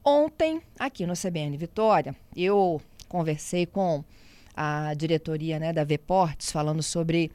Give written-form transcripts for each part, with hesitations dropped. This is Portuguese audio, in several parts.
Ontem, aqui no CBN Vitória, eu conversei com a diretoria, né, da Vports, falando sobre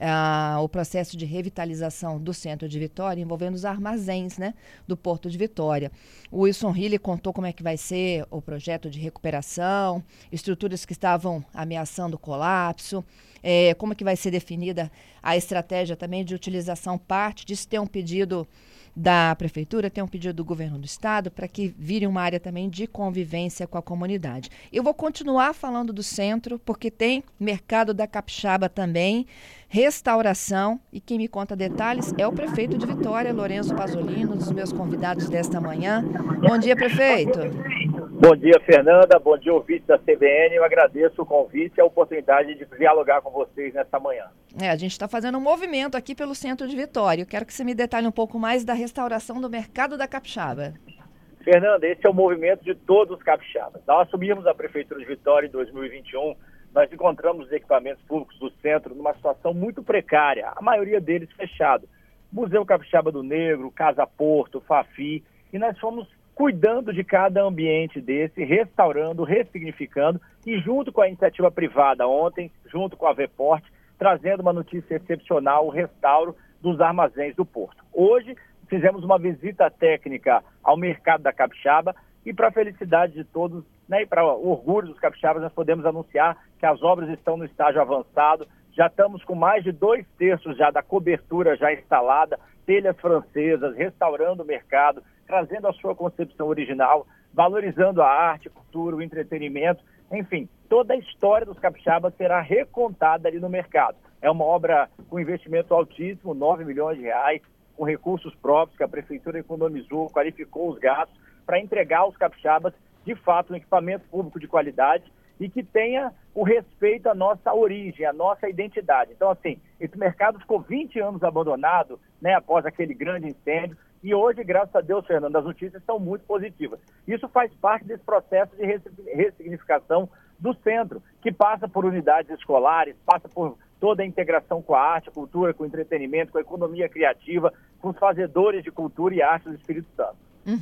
o processo de revitalização do centro de Vitória, envolvendo os armazéns, né, do Porto de Vitória. O Wilson Hilli contou como é que vai ser o projeto de recuperação, estruturas que estavam ameaçando colapso, como é que vai ser definida a estratégia também de utilização. Parte disso tem um pedido da Prefeitura, tem um pedido do Governo do Estado para que vire uma área também de convivência com a comunidade. Eu vou continuar falando do centro, porque tem mercado da capixaba também, restauração, e quem me conta detalhes é o prefeito de Vitória, Lourenço Pasolino, um dos meus convidados desta manhã. Bom dia, prefeito. Bom dia, Fernanda. Bom dia, ouvintes da CBN. Eu agradeço o convite e a oportunidade de dialogar com vocês nesta manhã. A gente está fazendo um movimento aqui pelo centro de Vitória. Eu quero que você me detalhe um pouco mais da restauração do mercado da capixaba. Fernanda, esse é o movimento de todos os capixabas. Nós assumimos a Prefeitura de Vitória em 2021. Nós encontramos os equipamentos públicos do centro numa situação muito precária, a maioria deles fechado. Museu Capixaba do Negro, Casa Porto, Fafi, e nós fomos cuidando de cada ambiente desse, restaurando, ressignificando, e junto com a iniciativa privada ontem, junto com a Vport, trazendo uma notícia excepcional, o restauro dos armazéns do Porto. Hoje, fizemos uma visita técnica ao mercado da capixaba e, para a felicidade de todos, né, e para o orgulho dos capixabas, nós podemos anunciar que as obras estão no estágio avançado. Já estamos com mais de 2/3 já da cobertura já instalada, telhas francesas, restaurando o mercado, trazendo a sua concepção original, valorizando a arte, a cultura, o entretenimento, enfim, toda a história dos capixabas será recontada ali no mercado. É uma obra com investimento altíssimo, 9 milhões de reais, com recursos próprios que a Prefeitura economizou, qualificou os gastos para entregar aos capixabas, de fato, um equipamento público de qualidade e que tenha o respeito à nossa origem, à nossa identidade. Então, assim, esse mercado ficou 20 anos abandonado, né, após aquele grande incêndio, e hoje, graças a Deus, Fernando, as notícias são muito positivas. Isso faz parte desse processo de ressignificação do centro, que passa por unidades escolares, passa por toda a integração com a arte, a cultura, com o entretenimento, com a economia criativa, com os fazedores de cultura e arte do Espírito Santo.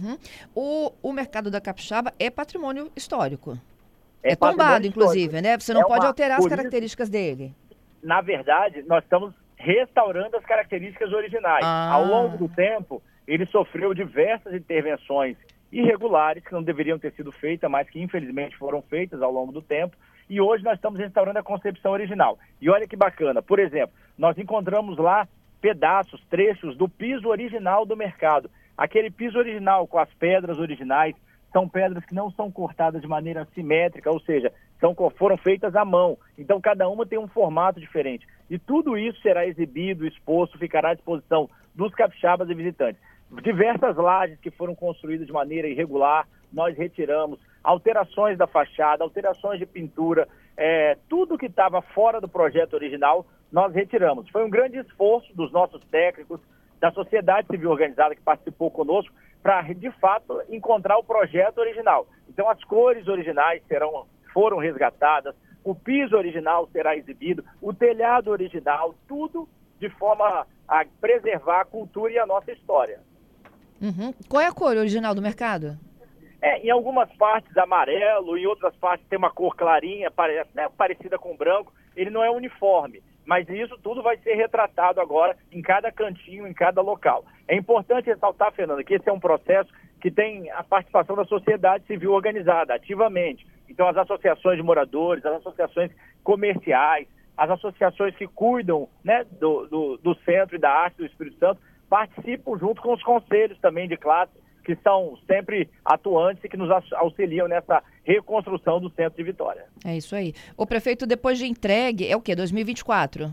Uhum. O mercado da capixaba é patrimônio histórico. É tombado, inclusive, histórico, né? Você não pode alterar as características dele. Na verdade, nós estamos restaurando as características originais. Ao longo do tempo, ele sofreu diversas intervenções irregulares que não deveriam ter sido feitas, mas que infelizmente foram feitas ao longo do tempo. E hoje nós estamos restaurando a concepção original. E olha que bacana, por exemplo, nós encontramos lá pedaços, trechos do piso original do mercado. Aquele piso original com as pedras originais, são pedras que não são cortadas de maneira simétrica, ou seja, foram feitas à mão. Então, cada uma tem um formato diferente. E tudo isso será exibido, exposto, ficará à disposição dos capixabas e visitantes. Diversas lajes que foram construídas de maneira irregular, nós retiramos. Alterações da fachada, alterações de pintura, tudo que estava fora do projeto original, nós retiramos. Foi um grande esforço dos nossos técnicos, da sociedade civil organizada que participou conosco, para, de fato, encontrar o projeto original. Então, as cores originais foram resgatadas, o piso original será exibido, o telhado original, tudo de forma a preservar a cultura e a nossa história. Uhum. Qual é a cor original do mercado? Em algumas partes amarelo, em outras partes tem uma cor clarinha, parecida com branco. Ele não é uniforme, mas isso tudo vai ser retratado agora em cada cantinho, em cada local. É importante ressaltar, Fernanda, que esse é um processo que tem a participação da sociedade civil organizada, ativamente. Então, as associações de moradores, as associações comerciais, as associações que cuidam, né, do centro e da arte do Espírito Santo, participam junto com os conselhos também de classe, que são sempre atuantes e que nos auxiliam nessa reconstrução do centro de Vitória. É isso aí. O prefeito, depois de entregue, é o quê? 2024?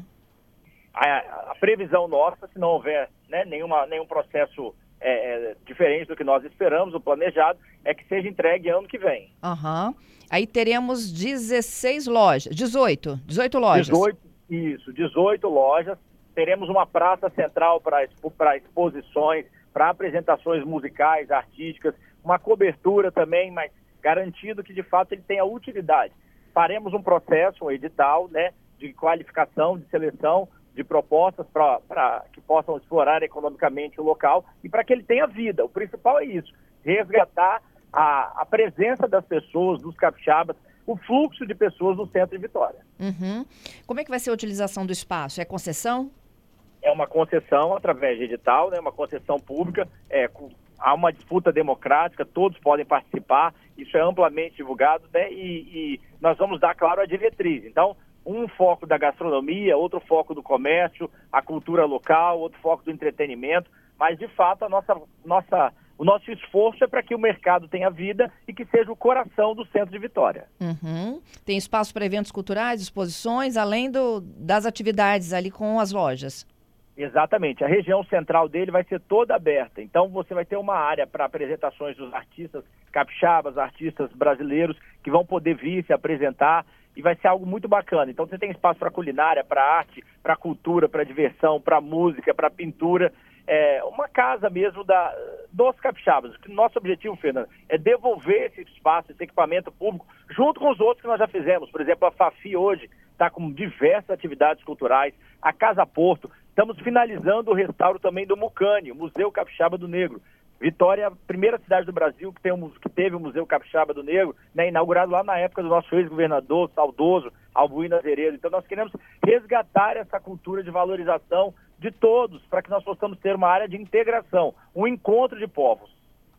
A previsão nossa, se não houver, né, nenhum processo diferente do que nós esperamos, o planejado, é que seja entregue ano que vem. Aham. Aí teremos 16 lojas, 18 lojas. 18 lojas. Teremos uma praça central para exposições, para apresentações musicais, artísticas, uma cobertura também, mas garantindo que de fato ele tenha utilidade. Faremos um processo, um edital, né, de qualificação, de seleção, de propostas para que possam explorar economicamente o local e para que ele tenha vida. O principal é isso, resgatar a presença das pessoas, dos capixabas, o fluxo de pessoas no centro de Vitória. Uhum. Como é que vai ser a utilização do espaço? É concessão? É uma concessão através de edital, né, uma concessão pública, há uma disputa democrática, todos podem participar, isso é amplamente divulgado, né, e nós vamos dar, claro, a diretriz. Então, um foco da gastronomia, outro foco do comércio, a cultura local, outro foco do entretenimento, mas, de fato, o nosso esforço é para que o mercado tenha vida e que seja o coração do centro de Vitória. Uhum. Tem espaço para eventos culturais, exposições, além das atividades ali com as lojas. Exatamente. A região central dele vai ser toda aberta. Então, você vai ter uma área para apresentações dos artistas capixabas, artistas brasileiros, que vão poder vir se apresentar, e vai ser algo muito bacana. Então, você tem espaço para culinária, para arte, para cultura, para diversão, para música, para pintura. Uma casa mesmo dos capixabas. O nosso objetivo, Fernando, é devolver esse espaço, esse equipamento público, junto com os outros que nós já fizemos. Por exemplo, a Fafi hoje está com diversas atividades culturais, a Casa Porto. Estamos finalizando o restauro também do Mucane, o Museu Capixaba do Negro. Vitória é a primeira cidade do Brasil que teve o Museu Capixaba do Negro, né, inaugurado lá na época do nosso ex-governador, saudoso, Albuíno Azeredo. Então nós queremos resgatar essa cultura de valorização de todos, para que nós possamos ter uma área de integração, um encontro de povos.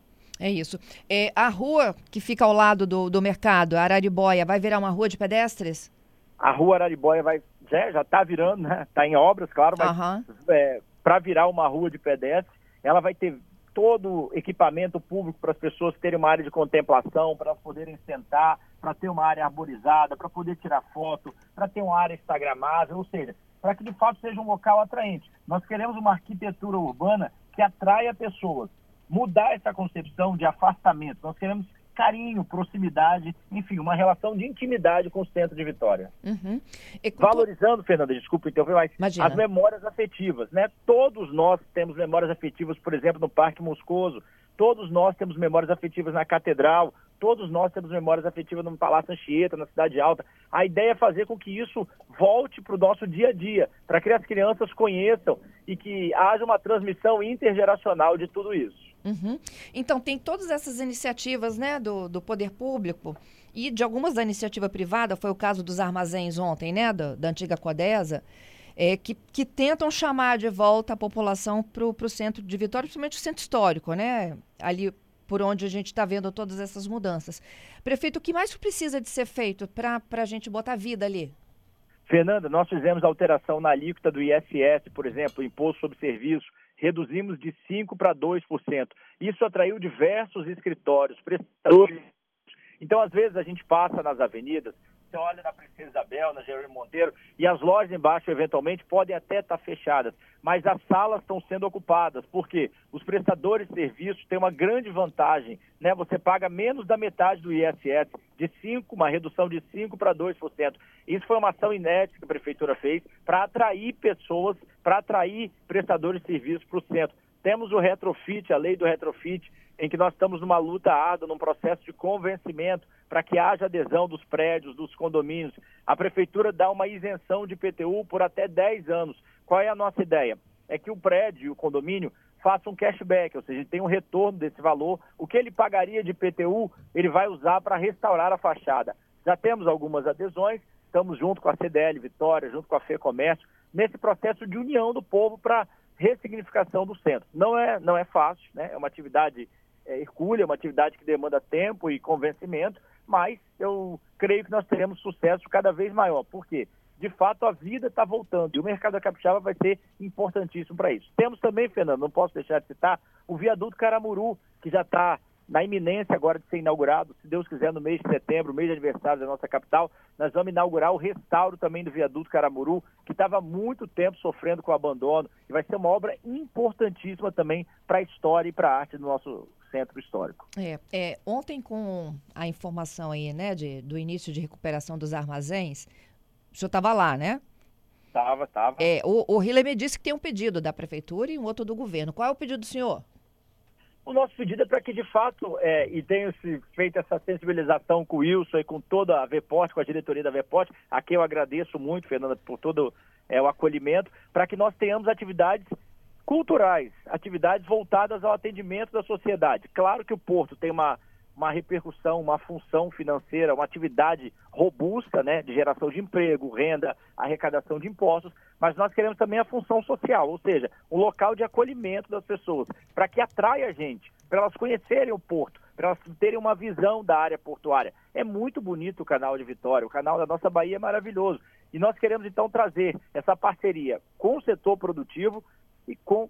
É isso. A rua que fica ao lado do mercado, a Araribóia, vai virar uma rua de pedestres? A rua Araribóia já está virando, né? Está em obras, claro, mas para virar uma rua de pedestres, ela vai ter todo o equipamento público para as pessoas terem uma área de contemplação, para poderem sentar, para ter uma área arborizada, para poder tirar foto, para ter uma área instagramável, ou seja, para que de fato seja um local atraente. Nós queremos uma arquitetura urbana que atraia pessoas, mudar essa concepção de afastamento. Nós queremos carinho, proximidade, enfim, uma relação de intimidade com o centro de Vitória. Uhum. Valorizando, Fernanda, desculpa interromper, mas Imagina. As memórias afetivas, né? Todos nós temos memórias afetivas, por exemplo, no Parque Moscoso, todos nós temos memórias afetivas na Catedral, todos nós temos memórias afetivas no Palácio Anchieta, na Cidade Alta. A ideia é fazer com que isso volte para o nosso dia a dia, para que as crianças conheçam e que haja uma transmissão intergeracional de tudo isso. Uhum. Então, tem todas essas iniciativas, né, do poder público e de algumas da iniciativa privada, foi o caso dos armazéns ontem, né, da antiga Codesa, que tentam chamar de volta a população para o centro de Vitória, principalmente o centro histórico, né, ali por onde a gente está vendo todas essas mudanças. Prefeito, o que mais precisa de ser feito para a gente botar vida ali? Fernanda, nós fizemos alteração na alíquota do ISS, por exemplo, Imposto sobre Serviço, reduzimos de 5% para 2%. Isso atraiu diversos escritórios, prestadores. Então, às vezes, a gente passa nas avenidas, você olha na Princesa Isabel, na Jerônimo Monteiro, e as lojas embaixo, eventualmente, podem até estar fechadas, mas as salas estão sendo ocupadas, porque os prestadores de serviços têm uma grande vantagem, né? Você paga menos da metade do ISS, uma redução de 5% para 2%. Isso foi uma ação inédita que a Prefeitura fez para atrair pessoas, para atrair prestadores de serviços para o centro. Temos o retrofit, a lei do retrofit, em que nós estamos numa luta árdua, num processo de convencimento para que haja adesão dos prédios, dos condomínios. A Prefeitura dá uma isenção de IPTU por até 10 anos. Qual é a nossa ideia? É que o prédio e o condomínio façam um cashback, ou seja, tem um retorno desse valor. O que ele pagaria de IPTU, ele vai usar para restaurar a fachada. Já temos algumas adesões, estamos junto com a CDL Vitória, junto com a FEComércio, nesse processo de união do povo para ressignificação do centro. Não é fácil, né? É uma atividade hercúlea, uma atividade que demanda tempo e convencimento, mas eu creio que nós teremos sucesso cada vez maior. Por quê? De fato, a vida está voltando e o mercado da capixaba vai ser importantíssimo para isso. Temos também, Fernando, não posso deixar de citar, o viaduto Caramuru, que já está na iminência agora de ser inaugurado, se Deus quiser, no mês de setembro, mês de aniversário da nossa capital, nós vamos inaugurar o restauro também do viaduto Caramuru, que estava há muito tempo sofrendo com o abandono, e vai ser uma obra importantíssima também para a história e para a arte do nosso centro histórico. Ontem, com a informação aí, né, do início de recuperação dos armazéns, o senhor estava lá, né? Estava. O Hiller me disse que tem um pedido da prefeitura e um outro do governo. Qual é o pedido do senhor? O nosso pedido é para que, de fato, e tenha feito essa sensibilização com o Wilson e com toda a VEPORT, com a diretoria da VEPORT, a quem eu agradeço muito, Fernanda, por todo o acolhimento, para que nós tenhamos atividades culturais, atividades voltadas ao atendimento da sociedade. Claro que o Porto tem uma uma repercussão, uma função financeira, uma atividade robusta, né, de geração de emprego, renda, arrecadação de impostos, mas nós queremos também a função social, ou seja, um local de acolhimento das pessoas, para que atraia a gente, para elas conhecerem o porto, para elas terem uma visão da área portuária. É muito bonito o canal de Vitória, o canal da nossa Bahia é maravilhoso. E nós queremos, então, trazer essa parceria com o setor produtivo e com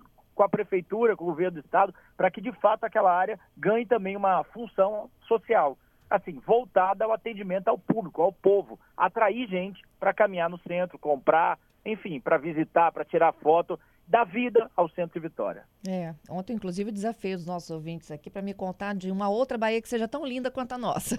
a prefeitura, com o governo do estado, para que, de fato, aquela área ganhe também uma função social, assim, voltada ao atendimento ao público, ao povo, atrair gente para caminhar no centro, comprar, enfim, para visitar, para tirar foto, dar vida ao centro de Vitória. Ontem, inclusive, eu desafiei os nossos ouvintes aqui para me contar de uma outra Bahia que seja tão linda quanto a nossa.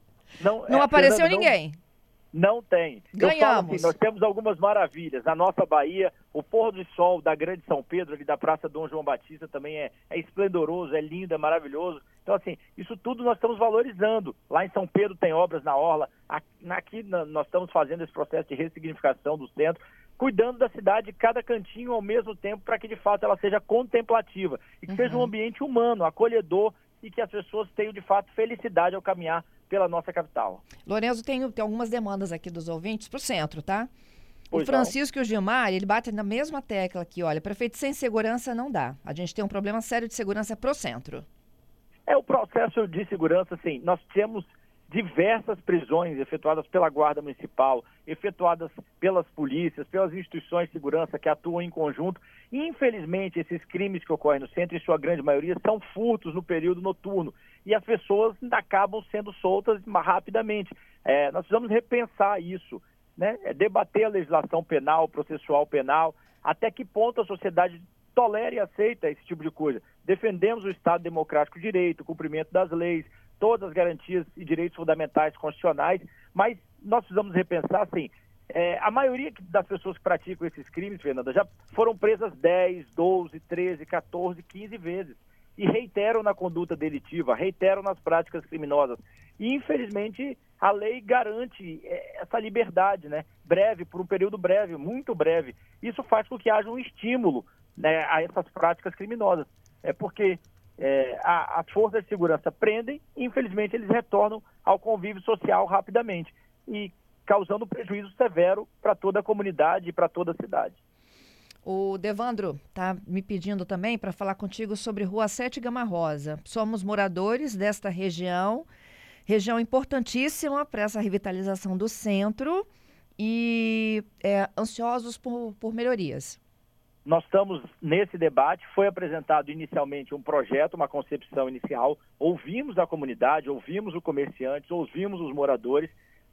Não apareceu ninguém. Não tem. Ganhamos. Eu falo assim, nós temos algumas maravilhas. Na nossa Bahia, o pôr do sol da Grande São Pedro, ali da Praça Dom João Batista, também é esplendoroso, é lindo, é maravilhoso. Então, assim, isso tudo nós estamos valorizando. Lá em São Pedro tem obras na orla. Aqui nós estamos fazendo esse processo de ressignificação do centro, cuidando da cidade, cada cantinho ao mesmo tempo, para que, de fato, ela seja contemplativa. E que seja um ambiente humano, acolhedor, e que as pessoas tenham, de fato, felicidade ao caminhar pela nossa capital. Lorenzo, tem algumas demandas aqui dos ouvintes para o centro, tá? Pois o Francisco e o Gilmar, ele bate na mesma tecla aqui, olha, prefeito sem segurança não dá. A gente tem um problema sério de segurança pro centro. O processo de segurança, assim, nós temos diversas prisões efetuadas pela Guarda Municipal, efetuadas pelas polícias, pelas instituições de segurança que atuam em conjunto. Infelizmente, esses crimes que ocorrem no centro, em sua grande maioria, são furtos no período noturno. E as pessoas acabam sendo soltas rapidamente. Nós precisamos repensar isso, né? Debater a legislação penal, processual penal, até que ponto a sociedade tolera e aceita esse tipo de coisa. Defendemos o Estado Democrático de Direito, o cumprimento das leis, todas as garantias e direitos fundamentais constitucionais, mas nós precisamos repensar, assim, a maioria das pessoas que praticam esses crimes, Fernanda, já foram presas 10, 12, 13, 14, 15 vezes e reiteram na conduta delitiva, reiteram nas práticas criminosas. E, infelizmente, a lei garante essa liberdade, né? Breve, por um período breve, muito breve. Isso faz com que haja um estímulo, né, a essas práticas criminosas. Porque as forças de segurança prendem e, infelizmente, eles retornam ao convívio social rapidamente e causando prejuízo severo para toda a comunidade e para toda a cidade. O Devandro está me pedindo também para falar contigo sobre Rua 7 Gama Rosa. Somos moradores desta região importantíssima para essa revitalização do centro e ansiosos por melhorias. Nós estamos nesse debate, foi apresentado inicialmente um projeto, uma concepção inicial, ouvimos a comunidade, ouvimos os comerciantes, ouvimos os moradores,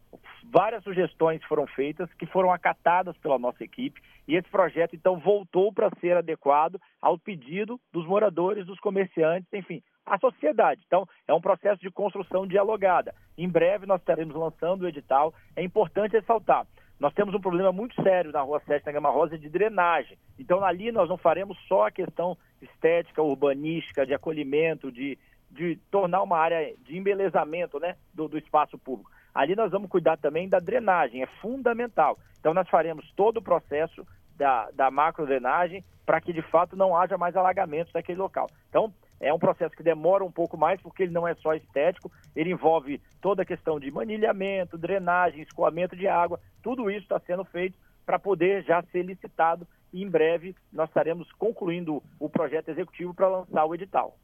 várias sugestões foram feitas, que foram acatadas pela nossa equipe, e esse projeto então voltou para ser adequado ao pedido dos moradores, dos comerciantes, enfim, a sociedade. Então, é um processo de construção dialogada. Em breve nós estaremos lançando o edital. É importante ressaltar, nós temos um problema muito sério na Rua 7, na Gama Rosa, de drenagem. Então, ali nós não faremos só a questão estética, urbanística, de acolhimento, de tornar uma área de embelezamento, né, do espaço público. Ali nós vamos cuidar também da drenagem, é fundamental. Então, nós faremos todo o processo da macro-drenagem para que, de fato, não haja mais alagamentos naquele local. Então, é um processo que demora um pouco mais, porque ele não é só estético, ele envolve toda a questão de manilhamento, drenagem, escoamento de água, tudo isso está sendo feito para poder já ser licitado e em breve nós estaremos concluindo o projeto executivo para lançar o edital.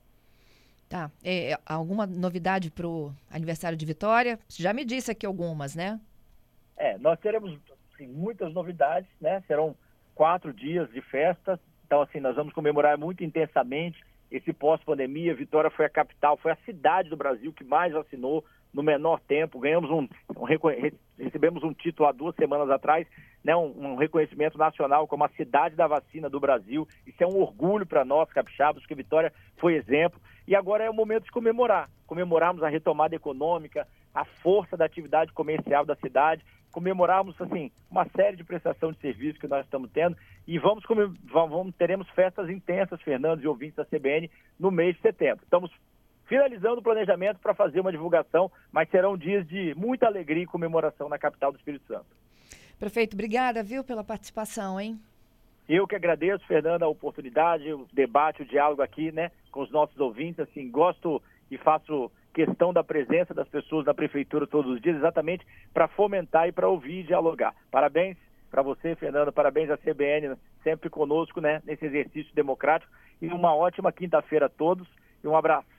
Tá. Alguma novidade para o aniversário de Vitória? Você já me disse aqui algumas, né? Nós teremos assim, muitas novidades, né? Serão 4 dias de festa, então assim, nós vamos comemorar muito intensamente esse pós-pandemia. Vitória foi a capital, foi a cidade do Brasil que mais vacinou no menor tempo. Ganhamos recebemos um título há 2 semanas atrás, né, um reconhecimento nacional como a cidade da vacina do Brasil. Isso é um orgulho para nós, capixabas, porque Vitória foi exemplo. E agora é o momento de comemorarmos a retomada econômica, a força da atividade comercial da cidade, comemorarmos assim, uma série de prestação de serviços que nós estamos tendo e teremos festas intensas, Fernando e ouvintes da CBN, no mês de setembro. Estamos finalizando o planejamento para fazer uma divulgação, mas serão dias de muita alegria e comemoração na capital do Espírito Santo. Prefeito, obrigada, viu, pela participação, hein? Eu que agradeço, Fernanda, a oportunidade, o debate, o diálogo aqui, né, com os nossos ouvintes. Assim, gosto e questão da presença das pessoas na prefeitura todos os dias, exatamente para fomentar e para ouvir e dialogar. Parabéns para você, Fernando, parabéns à CBN, sempre conosco, né, nesse exercício democrático, e uma ótima quinta-feira a todos, e um abraço.